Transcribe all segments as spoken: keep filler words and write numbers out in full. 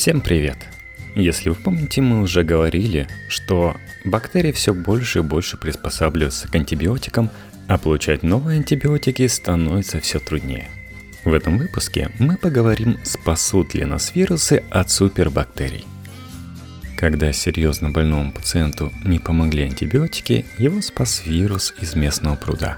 Всем привет! Если вы помните, мы уже говорили, что бактерии все больше и больше приспосабливаются к антибиотикам, а получать новые антибиотики становится все труднее. В этом выпуске мы поговорим, спасут ли нас вирусы от супербактерий. Когда серьезно больному пациенту не помогли антибиотики, его спас вирус из местного пруда.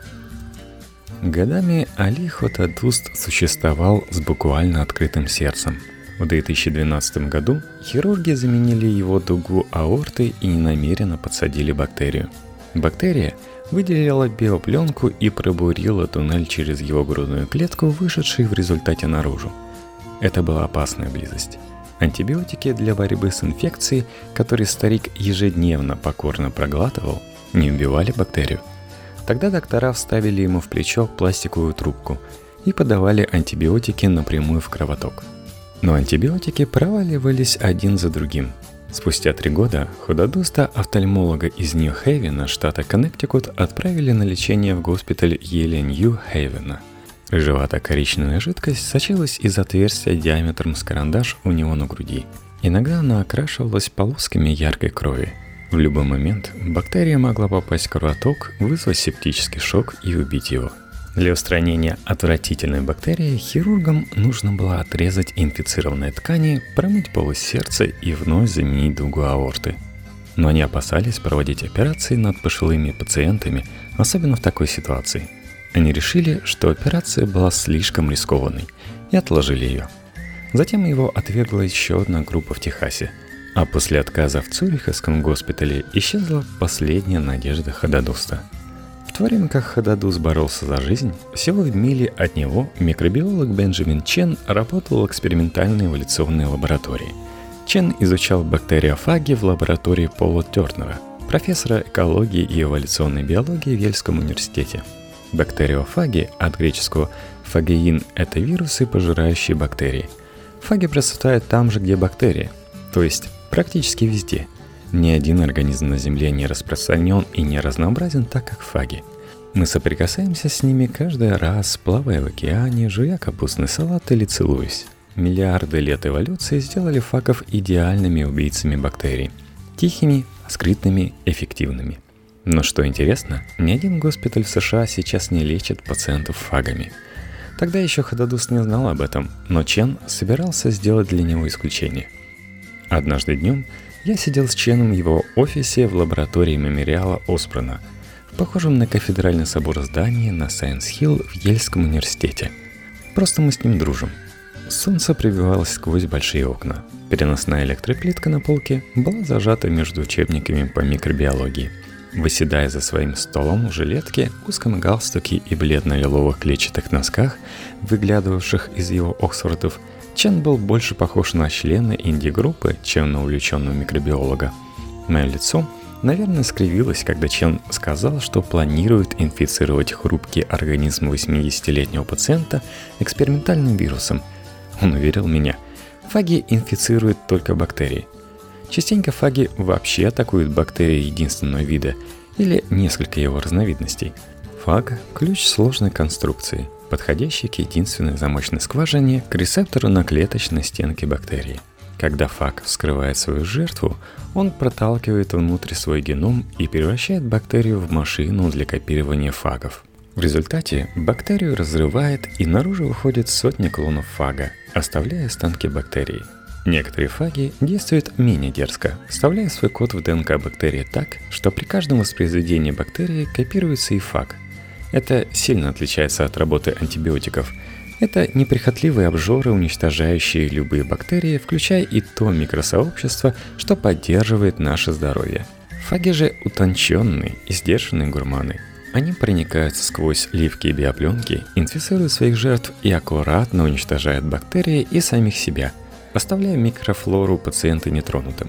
Годами Али Хотадуст существовал с буквально открытым сердцем. В две тысячи двенадцатом году хирурги заменили его дугу аорты и ненамеренно подсадили бактерию. Бактерия выделила биопленку и пробурила туннель через его грудную клетку, вышедший в результате наружу. Это была опасная близость. Антибиотики для борьбы с инфекцией, которые старик ежедневно покорно проглатывал, не убивали бактерию. Тогда доктора вставили ему в плечо пластиковую трубку и подавали антибиотики напрямую в кровоток. Но антибиотики проваливались один за другим. Спустя три года Хотадуста, офтальмолога из Нью-Хейвена, штата Коннектикут, отправили на лечение в госпиталь Йеля Нью-Хейвена. Рыжевато-коричневая жидкость сочилась из отверстия диаметром с карандаш у него на груди. Иногда она окрашивалась полосками яркой крови. В любой момент бактерия могла попасть в кровоток, вызвать септический шок и убить его. Для устранения отвратительной бактерии хирургам нужно было отрезать инфицированные ткани, промыть полость сердца и вновь заменить дугу аорты. Но они опасались проводить операции над пожилыми пациентами, особенно в такой ситуации. Они решили, что операция была слишком рискованной, и отложили ее. Затем его отвергла еще одна группа в Техасе, а после отказа в Цюриховском госпитале исчезла последняя надежда Хотадуста. В то время как Хотадуст боролся за жизнь, всего в миле от него микробиолог Бенджамин Чен работал в экспериментальной эволюционной лаборатории. Чен изучал бактериофаги в лаборатории Пола Тернера, профессора экологии и эволюционной биологии в Йельском университете. Бактериофаги, от греческого «фагеин» — это вирусы, пожирающие бактерии. Фаги процветают там же, где бактерии, то есть практически везде. Ни один организм на Земле не распространен и не разнообразен так, как фаги. Мы соприкасаемся с ними каждый раз, плавая в океане, жуя капустный салат или целуясь. Миллиарды лет эволюции сделали фагов идеальными убийцами бактерий. Тихими, скрытными, эффективными. Но что интересно, ни один госпиталь в США сейчас не лечит пациентов фагами. Тогда еще Хотадуст не знал об этом, но Чен собирался сделать для него исключение. Однажды днем я сидел с Ченом в его офисе в лаборатории мемориала Осборна, в похожем на кафедральный собор здании на Сайенс-Хилл в Йельском университете. Просто мы с ним дружим. Солнце пробивалось сквозь большие окна. Переносная электроплитка на полке была зажата между учебниками по микробиологии. Выседая за своим столом в жилетке, узком галстуке и бледно-лиловых клетчатых носках, выглядывавших из его Оксфордов, Чен был больше похож на члена инди-группы, чем на увлеченного микробиолога. Мое лицо, наверное, скривилось, когда Чен сказал, что планирует инфицировать хрупкий организм восьмидесятилетнего пациента экспериментальным вирусом. Он уверил меня, фаги инфицируют только бактерии. Частенько фаги вообще атакуют бактерии единственного вида или несколько его разновидностей. Фаг – ключ сложной конструкции, подходящий к единственной замочной скважине, к рецептору на клеточной стенке бактерии. Когда фаг вскрывает свою жертву, он проталкивает внутрь свой геном и превращает бактерию в машину для копирования фагов. В результате бактерию разрывает, и наружу выходят сотни клонов фага, оставляя останки бактерии. Некоторые фаги действуют менее дерзко, вставляя свой код в ДНК бактерии так, что при каждом воспроизведении бактерии копируется и фаг. Это сильно отличается от работы антибиотиков. Это неприхотливые обжоры, уничтожающие любые бактерии, включая и то микросообщество, что поддерживает наше здоровье. Фаги же утонченные и сдержанные гурманы. Они проникают сквозь липкие биопленки, инфицируют своих жертв и аккуратно уничтожают бактерии и самих себя, оставляя микрофлору пациента нетронутым.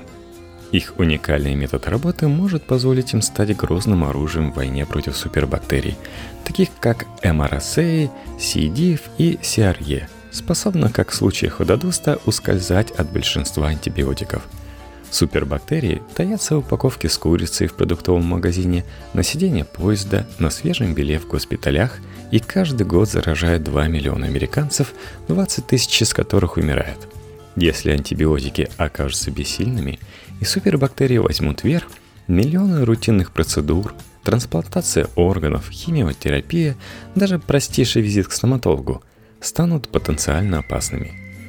Их уникальный метод работы может позволить им стать грозным оружием в войне против супербактерий, таких как эм эр эс а, си. диф и си ар и, способных, как в случае Хотадуста, ускользать от большинства антибиотиков. Супербактерии таятся в упаковке с курицей в продуктовом магазине, на сиденье поезда, на свежем белье в госпиталях и каждый год заражают два миллиона американцев, двадцать тысяч из которых умирают. Если антибиотики окажутся бессильными и супербактерии возьмут верх, миллионы рутинных процедур, трансплантация органов, химиотерапия, даже простейший визит к стоматологу станут потенциально опасными.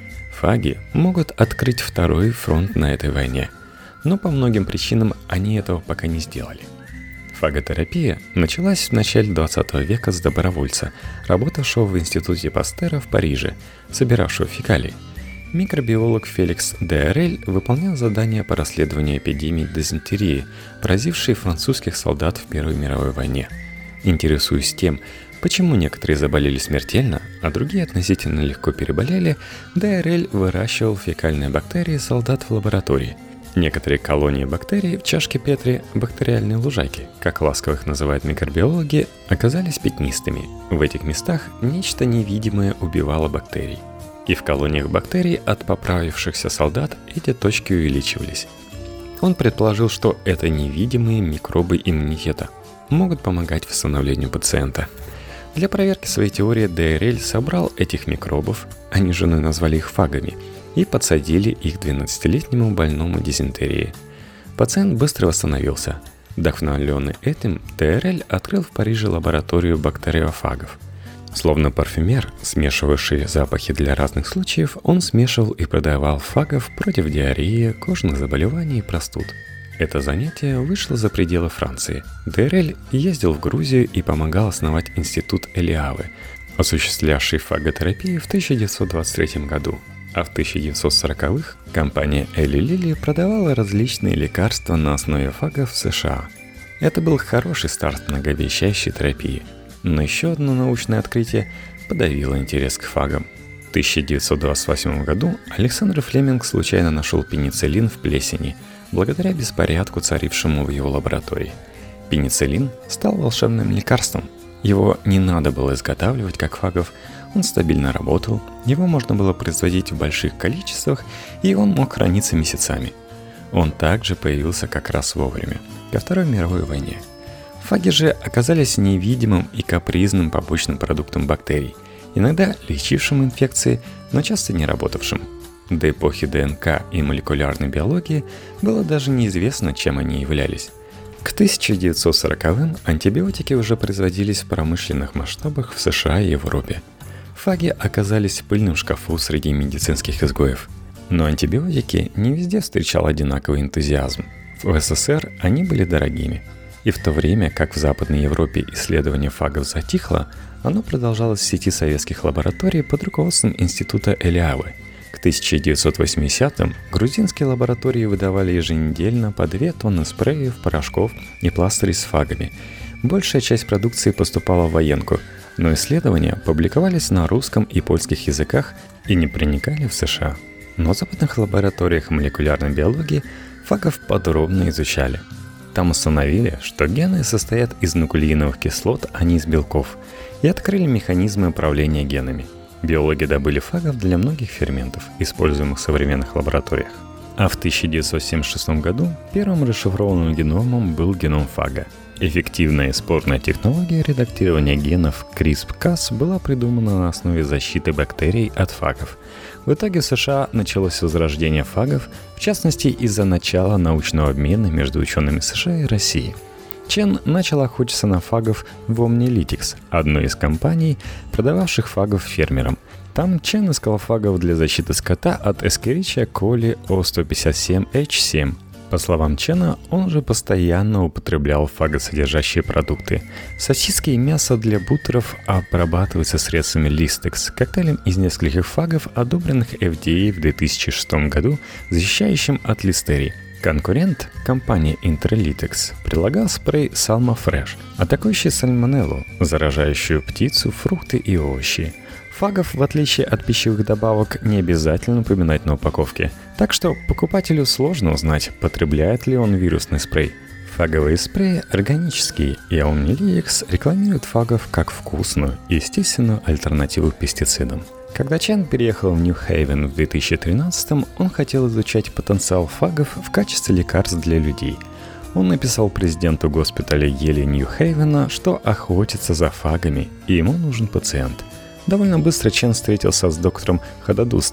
Фаги могут открыть второй фронт на этой войне, но по многим причинам они этого пока не сделали. Фаготерапия началась в начале двадцатого века с добровольца, работавшего в институте Пастера в Париже, собиравшего фекалии. Микробиолог Феликс де Орель выполнял задания по расследованию эпидемии дизентерии, поразившей французских солдат в Первой мировой войне. Интересуясь тем, почему некоторые заболели смертельно, а другие относительно легко переболели, де Орель выращивал фекальные бактерии солдат в лаборатории. Некоторые колонии бактерий в чашке Петри, бактериальные лужайки, как ласково их называют микробиологи, оказались пятнистыми. В этих местах нечто невидимое убивало бактерий. И в колониях бактерий от поправившихся солдат эти точки увеличивались. Он предположил, что это невидимые микробы иммунитета могут помогать восстановлению пациента. Для проверки своей теории де Орель собрал этих микробов, они с женой назвали их фагами, и подсадили их двенадцатилетнему больному дизентерии. Пациент быстро восстановился. Вдохновленный этим, де Орель открыл в Париже лабораторию бактериофагов. Словно парфюмер, смешивавший запахи для разных случаев, он смешивал и продавал фагов против диареи, кожных заболеваний и простуд. Это занятие вышло за пределы Франции. Де Орель ездил в Грузию и помогал основать институт Элиавы, осуществлявший фаготерапию в тысяча девятьсот двадцать третьем году. А в тысяча девятьсот сороковых компания Эли Лили продавала различные лекарства на основе фагов в США. Это был хороший старт многообещающей терапии. Но еще одно научное открытие подавило интерес к фагам. В тысяча девятьсот двадцать восьмом году Александр Флеминг случайно нашел пенициллин в плесени, благодаря беспорядку, царившему в его лаборатории. Пенициллин стал волшебным лекарством. Его не надо было изготавливать как фагов, он стабильно работал, его можно было производить в больших количествах, и он мог храниться месяцами. Он также появился как раз вовремя, ко Второй мировой войне. Фаги же оказались невидимым и капризным побочным продуктом бактерий, иногда лечившим инфекции, но часто не работавшим. До эпохи ДНК и молекулярной биологии было даже неизвестно, чем они являлись. К тысяча девятьсот сороковым антибиотики уже производились в промышленных масштабах в США и Европе. Фаги оказались в пыльном шкафу среди медицинских изгоев. Но антибиотики не везде встречал одинаковый энтузиазм. В СССР они были дорогими. И в то время, как в Западной Европе исследование фагов затихло, оно продолжалось в сети советских лабораторий под руководством института Элиавы. К тысяча девятьсот восьмидесятым грузинские лаборатории выдавали еженедельно по две тонны спреев, порошков и пластырей с фагами. Большая часть продукции поступала в военку, но исследования публиковались на русском и польских языках и не проникали в США. Но в западных лабораториях молекулярной биологии фагов подробно изучали. Там установили, что гены состоят из нуклеиновых кислот, а не из белков, и открыли механизмы управления генами. Биологи добыли фагов для многих ферментов, используемых в современных лабораториях. А в тысяча девятьсот семьдесят шестом году первым расшифрованным геномом был геном фага. Эффективная и спорная технология редактирования генов криспр-кас была придумана на основе защиты бактерий от фагов. В итоге в США началось возрождение фагов, в частности из-за начала научного обмена между учеными США и Россией. Чен начал охотиться на фагов в Omnilytics, одной из компаний, продававших фагов фермерам. Там Чен искал фагов для защиты скота от Escherichia coli о сто пятьдесят семь эйч семь. По словам Чена, он же постоянно употреблял фагосодержащие продукты. Сосиски и мясо для бутеров обрабатываются средствами Listex, коктейлем из нескольких фагов, одобренных эф ди эй в две тысячи шестом году, защищающим от листерии. Конкурент, компания Interlitex, прилагал спрей Salma Fresh, атакующий сальмонеллу, заражающую птицу, фрукты и овощи. Фагов, в отличие от пищевых добавок, не обязательно упоминать на упаковке, так что покупателю сложно узнать, потребляет ли он вирусный спрей. Фаговые спреи органические, и Omnilytics рекламирует фагов как вкусную и естественную альтернативу пестицидам. Когда Чен переехал в Нью-Хейвен в две тысячи тринадцатом, он хотел изучать потенциал фагов в качестве лекарств для людей. Он написал президенту госпиталя Йели Нью-Хейвена, что охотится за фагами, и ему нужен пациент. Довольно быстро Чен встретился с доктором Хададуста,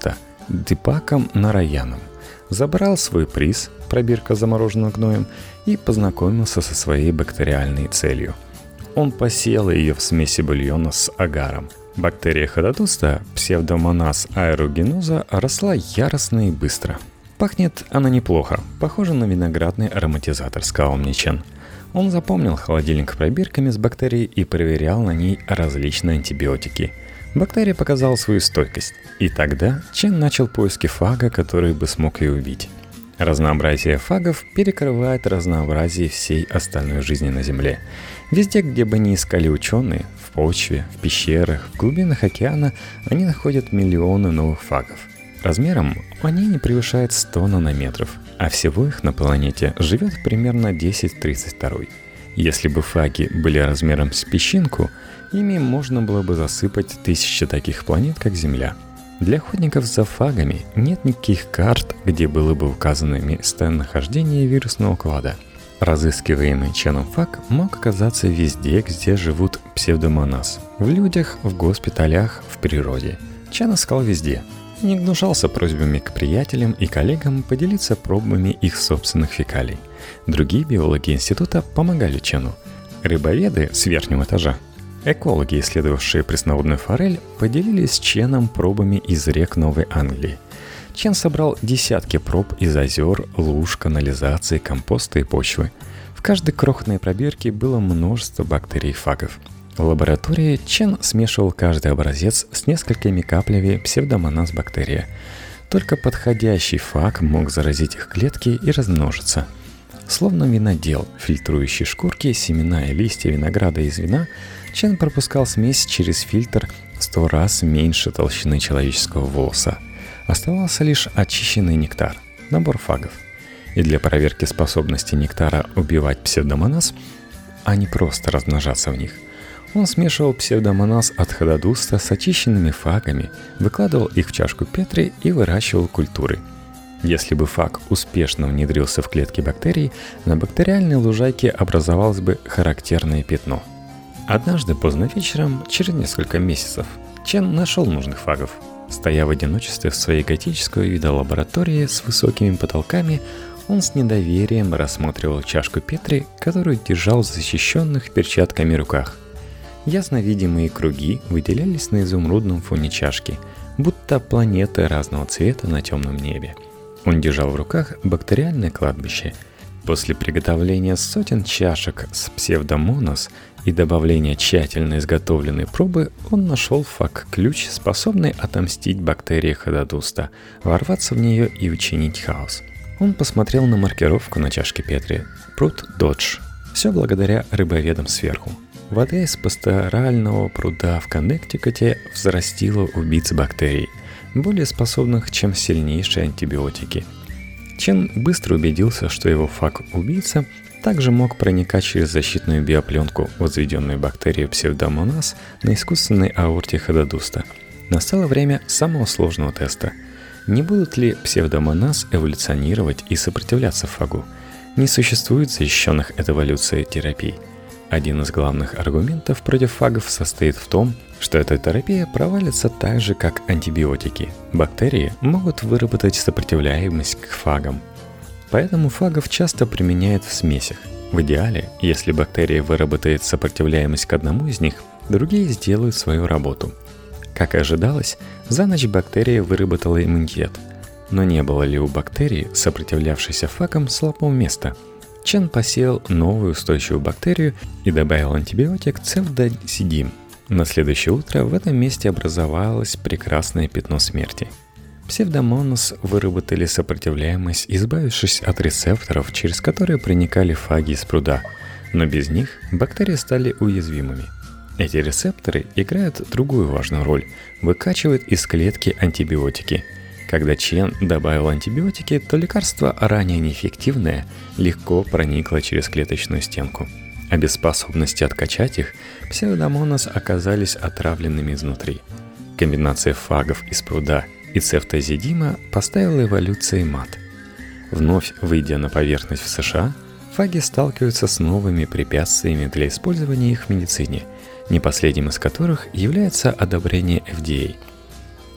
Дипаком Нараяном, забрал свой приз, пробирка замороженным гноем, и познакомился со своей бактериальной целью. Он посеял ее в смеси бульона с агаром. Бактерия ходатуста, псевдомонас аэрогеноза, росла яростно и быстро. «Пахнет она неплохо, похоже на виноградный ароматизатор», — сказал мне Чен. Он запомнил холодильник с пробирками с бактерией и проверял на ней различные антибиотики. Бактерия показала свою стойкость, и тогда Чен начал поиски фага, который бы смог ее убить. Разнообразие фагов перекрывает разнообразие всей остальной жизни на Земле. Везде, где бы ни искали ученые, в почве, в пещерах, в глубинах океана, они находят миллионы новых фагов. Размером они не превышают сто нанометров, а всего их на планете живет примерно десять-тридцать два. Если бы фаги были размером с песчинку, ими можно было бы засыпать тысячи таких планет, как Земля. Для охотников за фагами нет никаких карт, где было бы указано местонахождение вирусного клада. Разыскиваемый Ченом фаг мог оказаться везде, где живут псевдомонас. В людях, в госпиталях, в природе. Чен искал везде. Не гнушался просьбами к приятелям и коллегам поделиться пробами их собственных фекалий. Другие биологи института помогали Чену. Рыбоведы с верхнего этажа, экологи, исследовавшие пресноводную форель, поделились с Ченом пробами из рек Новой Англии. Чен собрал десятки проб из озер, луж, канализации, компоста и почвы. В каждой крохотной пробирке было множество бактерий и фагов. В лаборатории Чен смешивал каждый образец с несколькими каплями псевдомонас бактерия. Только подходящий фаг мог заразить их клетки и размножиться. Словно винодел, фильтрующий шкурки, семена и листья винограда из вина, Чен пропускал смесь через фильтр сто раз меньше толщины человеческого волоса. Оставался лишь очищенный нектар, набор фагов. И для проверки способности нектара убивать псевдомонас, а не просто размножаться в них, он смешивал псевдомонас от хододуста с очищенными фагами, выкладывал их в чашку Петри и выращивал культуры. Если бы фаг успешно внедрился в клетки бактерий, на бактериальной лужайке образовалось бы характерное пятно. Однажды поздно вечером, через несколько месяцев, Чен нашел нужных фагов. Стоя в одиночестве в своей готического вида лаборатории с высокими потолками, он с недоверием рассматривал чашку Петри, которую держал в защищенных перчатками руках. Ясно видимые круги выделялись на изумрудном фоне чашки, будто планеты разного цвета на темном небе. Он держал в руках бактериальное кладбище. После приготовления сотен чашек с псевдомонас и добавления тщательно изготовленной пробы, он нашел фаг-ключ, способный отомстить бактерии хододуста, ворваться в нее и учинить хаос. Он посмотрел на маркировку на чашке Петри «Пруд Додж». Все благодаря рыбоведам сверху. Вода из пасторального пруда в Коннектикуте взрастила убийц бактерий, более способных, чем сильнейшие антибиотики. Чен быстро убедился, что его фаг-убийца также мог проникать через защитную биопленку, возведенную бактерией псевдомонас на искусственной аорте хододуста. Настало время самого сложного теста. Не будут ли псевдомонас эволюционировать и сопротивляться фагу? Не существует защищенных от эволюции терапий. Один из главных аргументов против фагов состоит в том, что эта терапия провалится так же, как антибиотики. Бактерии могут выработать сопротивляемость к фагам. Поэтому фагов часто применяют в смесях. В идеале, если бактерия выработает сопротивляемость к одному из них, другие сделают свою работу. Как и ожидалось, за ночь бактерия выработала иммунитет. Но не было ли у бактерии, сопротивлявшейся фагам, слабого места? Чен посеял новую устойчивую бактерию и добавил антибиотик цефдозидим. На следующее утро в этом месте образовалось прекрасное пятно смерти. Псевдомонас выработали сопротивляемость, избавившись от рецепторов, через которые проникали фаги из пруда, но без них бактерии стали уязвимыми. Эти рецепторы играют другую важную роль – выкачивают из клетки антибиотики. Когда Чен добавил антибиотики, то лекарство, ранее неэффективное, легко проникло через клеточную стенку. А без способности откачать их, псевдомонас оказались отравленными изнутри. Комбинация фагов из пруда и цефтозидима поставила эволюции мат. Вновь выйдя на поверхность в США, фаги сталкиваются с новыми препятствиями для использования их в медицине, не последним из которых является одобрение эф ди эй.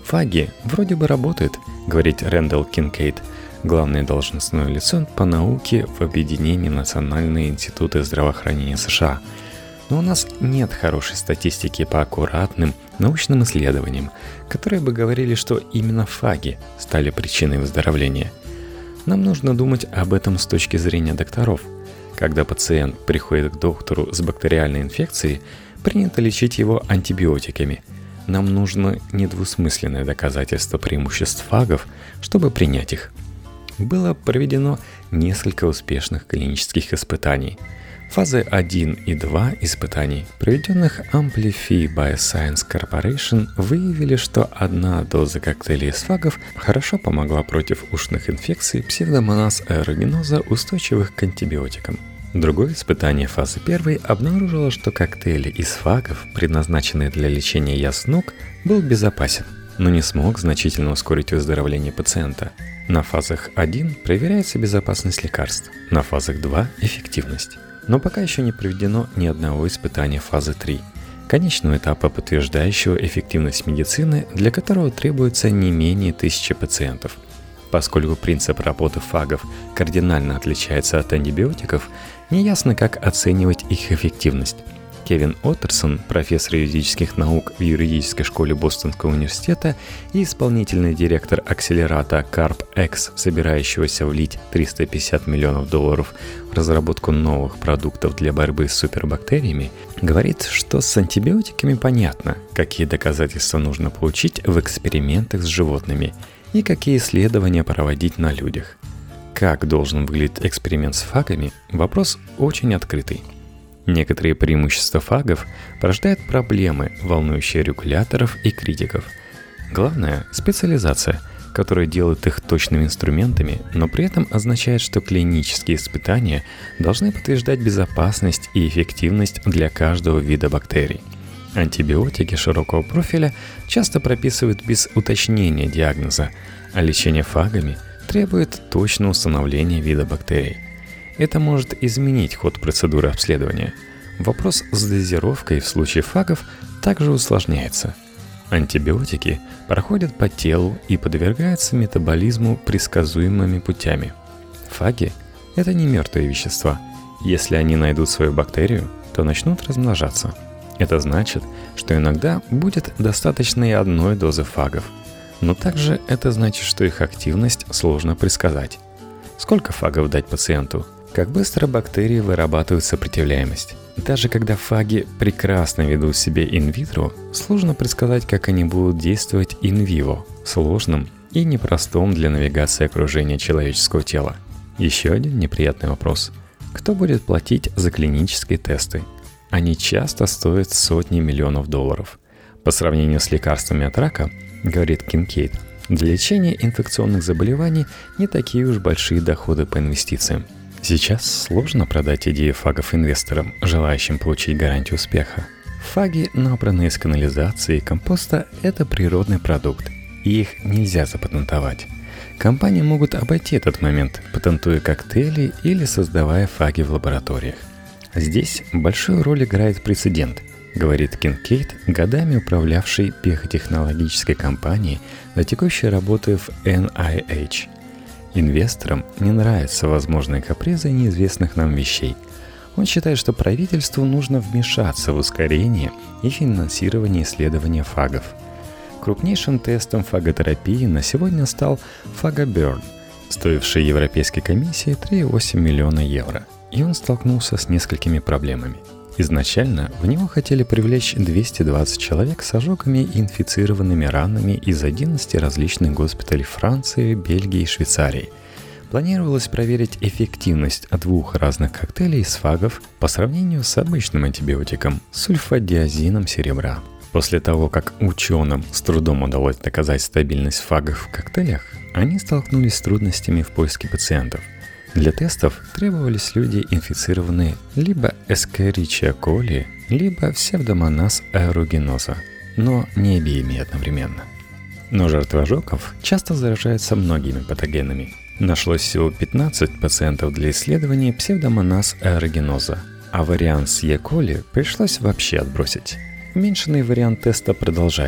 Фаги вроде бы работают, говорит Рэндалл Кинкейд, главное должностное лицо по науке в объединении Национальные институты здравоохранения США. Но у нас нет хорошей статистики по аккуратным научным исследованиям, которые бы говорили, что именно фаги стали причиной выздоровления. Нам нужно думать об этом с точки зрения докторов. Когда пациент приходит к доктору с бактериальной инфекцией, принято лечить его антибиотиками. Нам нужно недвусмысленное доказательство преимуществ фагов, чтобы принять их. Было проведено несколько успешных клинических испытаний. Фазы один и два испытаний, проведенных Amplify Bioscience Corporation, выявили, что одна доза коктейля из фагов хорошо помогла против ушных инфекций Pseudomonas aeruginosa, устойчивых к антибиотикам. Другое испытание фазы первой обнаружило, что коктейль из фагов, предназначенный для лечения язв ног, был безопасен, но не смог значительно ускорить выздоровление пациента. На фазах один проверяется безопасность лекарств, на фазах два – эффективность. Но пока еще не проведено ни одного испытания фазы три, конечного этапа, подтверждающего эффективность медицины, для которого требуется не менее тысячи пациентов. Поскольку принцип работы фагов кардинально отличается от антибиотиков, неясно, как оценивать их эффективность. Кевин Оттерсон, профессор юридических наук в юридической школе Бостонского университета и исполнительный директор акселерата CARB-X, собирающегося влить триста пятьдесят миллионов долларов в разработку новых продуктов для борьбы с супербактериями, говорит, что с антибиотиками понятно, какие доказательства нужно получить в экспериментах с животными и какие исследования проводить на людях. Как должен выглядеть эксперимент с фагами – вопрос очень открытый. Некоторые преимущества фагов порождают проблемы, волнующие регуляторов и критиков. Главное – специализация, которая делает их точными инструментами, но при этом означает, что клинические испытания должны подтверждать безопасность и эффективность для каждого вида бактерий. Антибиотики широкого профиля часто прописывают без уточнения диагноза, а лечение фагами требует точного установления вида бактерий. Это может изменить ход процедуры обследования. Вопрос с дозировкой в случае фагов также усложняется. Антибиотики проходят по телу и подвергаются метаболизму предсказуемыми путями. Фаги – это не мертвые вещества. Если они найдут свою бактерию, то начнут размножаться. Это значит, что иногда будет достаточно и одной дозы фагов. Но также это значит, что их активность сложно предсказать. Сколько фагов дать пациенту? Как быстро бактерии вырабатывают сопротивляемость? Даже когда фаги прекрасно ведут себя инвитро, сложно предсказать, как они будут действовать инвиво, сложном и непростом для навигации окружения человеческого тела. Еще один неприятный вопрос. Кто будет платить за клинические тесты? Они часто стоят сотни миллионов долларов. По сравнению с лекарствами от рака, говорит Кинкейд, для лечения инфекционных заболеваний не такие уж большие доходы по инвестициям. Сейчас сложно продать идею фагов инвесторам, желающим получить гарантию успеха. Фаги, набранные из канализации и компоста, это природный продукт, и их нельзя запатентовать. Компании могут обойти этот момент, патентуя коктейли или создавая фаги в лабораториях. Здесь большую роль играет прецедент, говорит Кинкейд, годами управлявший биотехнологической компанией до текущей работы в эн ай эйч. Инвесторам не нравятся возможные капризы неизвестных нам вещей. Он считает, что правительству нужно вмешаться в ускорение и финансирование исследования фагов. Крупнейшим тестом фаготерапии на сегодня стал FagoBurn, стоивший Европейской комиссии три целых восемь десятых миллиона евро. И он столкнулся с несколькими проблемами. Изначально в него хотели привлечь двести двадцать человек с ожогами и инфицированными ранами из одиннадцати различных госпиталей Франции, Бельгии и Швейцарии. Планировалось проверить эффективность двух разных коктейлей из фагов по сравнению с обычным антибиотиком – сульфадиазином серебра. После того, как ученым с трудом удалось доказать стабильность фагов в коктейлях, они столкнулись с трудностями в поиске пациентов. Для тестов требовались люди, инфицированные либо Escherichia coli, либо Pseudomonas aeruginosa, но не обеими одновременно. Но жертвы ожогов часто заражаются многими патогенами. Нашлось всего пятнадцать пациентов для исследования Pseudomonas aeruginosa, а вариант с E. coli пришлось вообще отбросить. Уменьшенный вариант теста продолжается.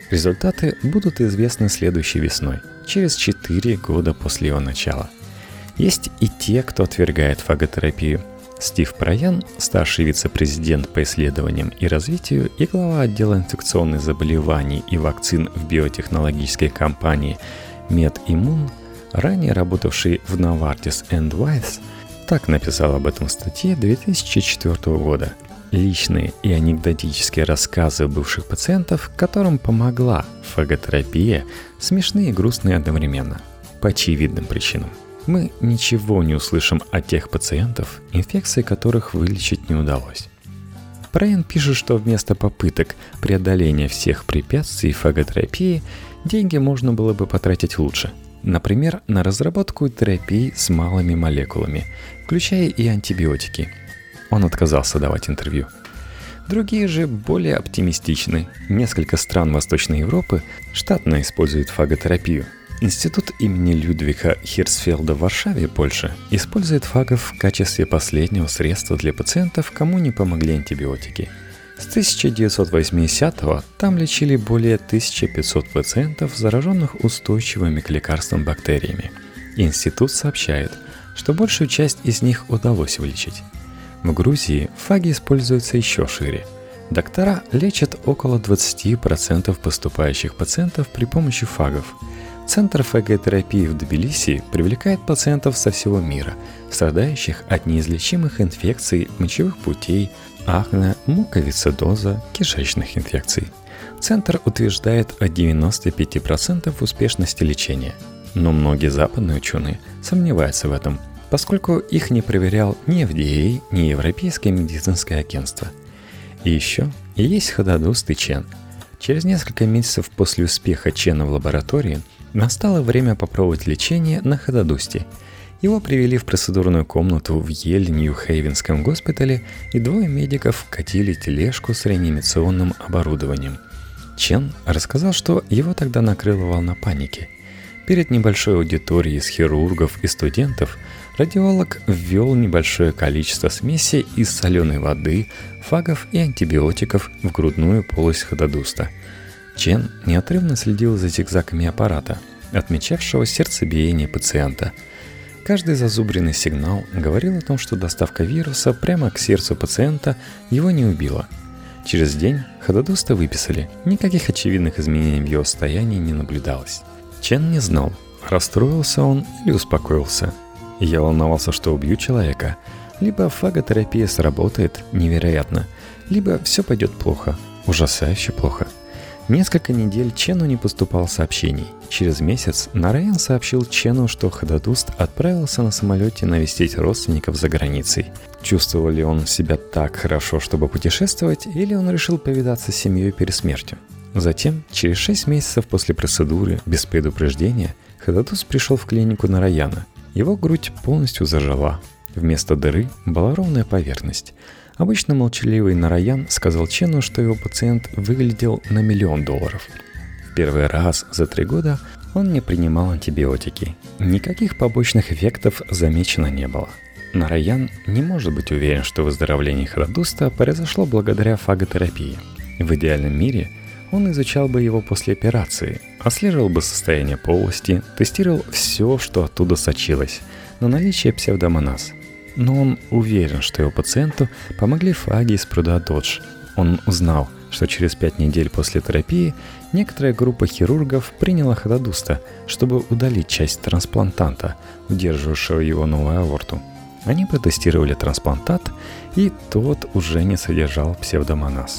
Результаты будут известны следующей весной, через четыре года после его начала. Есть и те, кто отвергает фаготерапию. Стив Праян, старший вице-президент по исследованиям и развитию и глава отдела инфекционных заболеваний и вакцин в биотехнологической компании MedImmune, ранее работавший в Novartis энд Wyeth, так написал об этом в статье две тысячи четвёртого года. Личные и анекдотические рассказы бывших пациентов, которым помогла фаготерапия, смешные и грустные одновременно, по очевидным причинам. Мы ничего не услышим о тех пациентов, инфекции которых вылечить не удалось. Праян пишет, что вместо попыток преодоления всех препятствий фаготерапии деньги можно было бы потратить лучше. Например, на разработку терапий с малыми молекулами, включая и антибиотики. Он отказался давать интервью. Другие же более оптимистичны. Несколько стран Восточной Европы штатно используют фаготерапию. Институт имени Людвига Хирсфелда в Варшаве, Польша, использует фагов в качестве последнего средства для пациентов, кому не помогли антибиотики. С тысяча девятьсот восьмидесятого там лечили более тысяча пятьсот пациентов, зараженных устойчивыми к лекарствам бактериями. Институт сообщает, что большую часть из них удалось вылечить. В Грузии фаги используются еще шире. Доктора лечат около двадцать процентов поступающих пациентов при помощи фагов. Центр фаготерапии в Тбилиси привлекает пациентов со всего мира, страдающих от неизлечимых инфекций мочевых путей, акне, муковисцидоза, кишечных инфекций. Центр утверждает о девяноста пяти процентах успешности лечения, но многие западные ученые сомневаются в этом, поскольку их не проверял ни эф ди эй, ни Европейское медицинское агентство. И еще есть ходадуст и Чен. Через несколько месяцев после успеха Чена в лаборатории настало время попробовать лечение на ходадусте. Его привели в процедурную комнату в Йель-Нью-Хейвенском госпитале, и двое медиков катили тележку с реанимационным оборудованием. Чен рассказал, что его тогда накрыла волна паники. Перед небольшой аудиторией из хирургов и студентов радиолог ввел небольшое количество смеси из соленой воды, фагов и антибиотиков в грудную полость ходадуста. Чен неотрывно следил за зигзагами аппарата, отмечавшего сердцебиение пациента. Каждый зазубренный сигнал говорил о том, что доставка вируса прямо к сердцу пациента его не убила. Через день ходадуста выписали, никаких очевидных изменений в его состоянии не наблюдалось. Чен не знал, расстроился он или успокоился. Я волновался, что убью человека. Либо фаготерапия сработает невероятно, либо все пойдет плохо, ужасающе плохо. Несколько недель Чену не поступало сообщений. Через месяц Нараян сообщил Чену, что ходадуст отправился на самолете навестить родственников за границей. Чувствовал ли он себя так хорошо, чтобы путешествовать, или он решил повидаться с семьей перед смертью? Затем, через шесть месяцев после процедуры, без предупреждения, ходадуст пришел в клинику Нараяна. Его грудь полностью зажила. Вместо дыры была ровная поверхность. Обычно молчаливый Нараян сказал Чену, что его пациент выглядел на миллион долларов. В первый раз за три года он не принимал антибиотики. Никаких побочных эффектов замечено не было. Нараян не может быть уверен, что выздоровление ходадуста произошло благодаря фаготерапии. В идеальном мире он изучал бы его после операции, отслеживал бы состояние полости, тестировал все, что оттуда сочилось, на наличие псевдомоназ. Но он уверен, что его пациенту помогли фаги из пруда Додж. Он узнал, что через пять недель после терапии некоторая группа хирургов приняла ходадуста, чтобы удалить часть трансплантанта, удерживавшего его новую аорту. Они протестировали трансплантат, и тот уже не содержал псевдомоназ.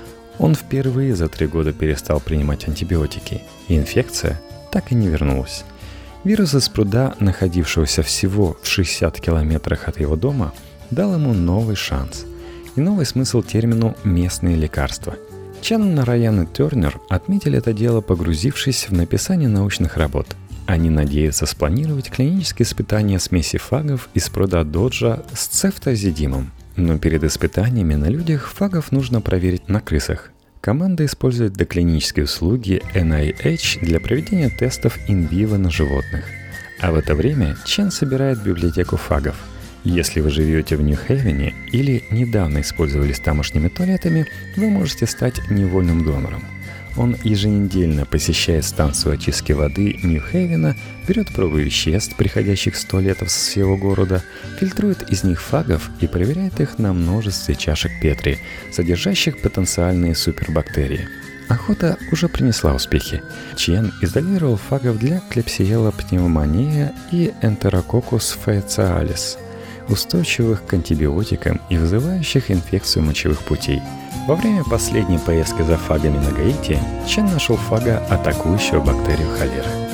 Он впервые за три года перестал принимать антибиотики, и инфекция так и не вернулась. Вирус из пруда, находившегося всего в шестидесяти километрах от его дома, дал ему новый шанс и новый смысл термину «местные лекарства». Чен, Нараян и Тернер отметили это дело, погрузившись в написание научных работ. Они надеются спланировать клинические испытания смеси фагов из пруда Доджа с цефтозидимом. Но перед испытаниями на людях фагов нужно проверить на крысах. Команда использует доклинические услуги эн ай эйч для проведения тестов ин-виво на животных. А в это время Чен собирает библиотеку фагов. Если вы живете в Нью-Хейвене или недавно использовались тамошними туалетами, вы можете стать невольным донором. Он еженедельно посещает станцию очистки воды Нью-Хейвена, берет пробы веществ, приходящих с туалетов со всего города, фильтрует из них фагов и проверяет их на множестве чашек Петри, содержащих потенциальные супербактерии. Охота уже принесла успехи. Чен изолировал фагов для Klebsiella pneumoniae и Enterococcus faecialis, устойчивых к антибиотикам и вызывающих инфекцию мочевых путей. Во время последней поездки за фагами на Гаити Чен нашел фага, атакующего бактерию холеры.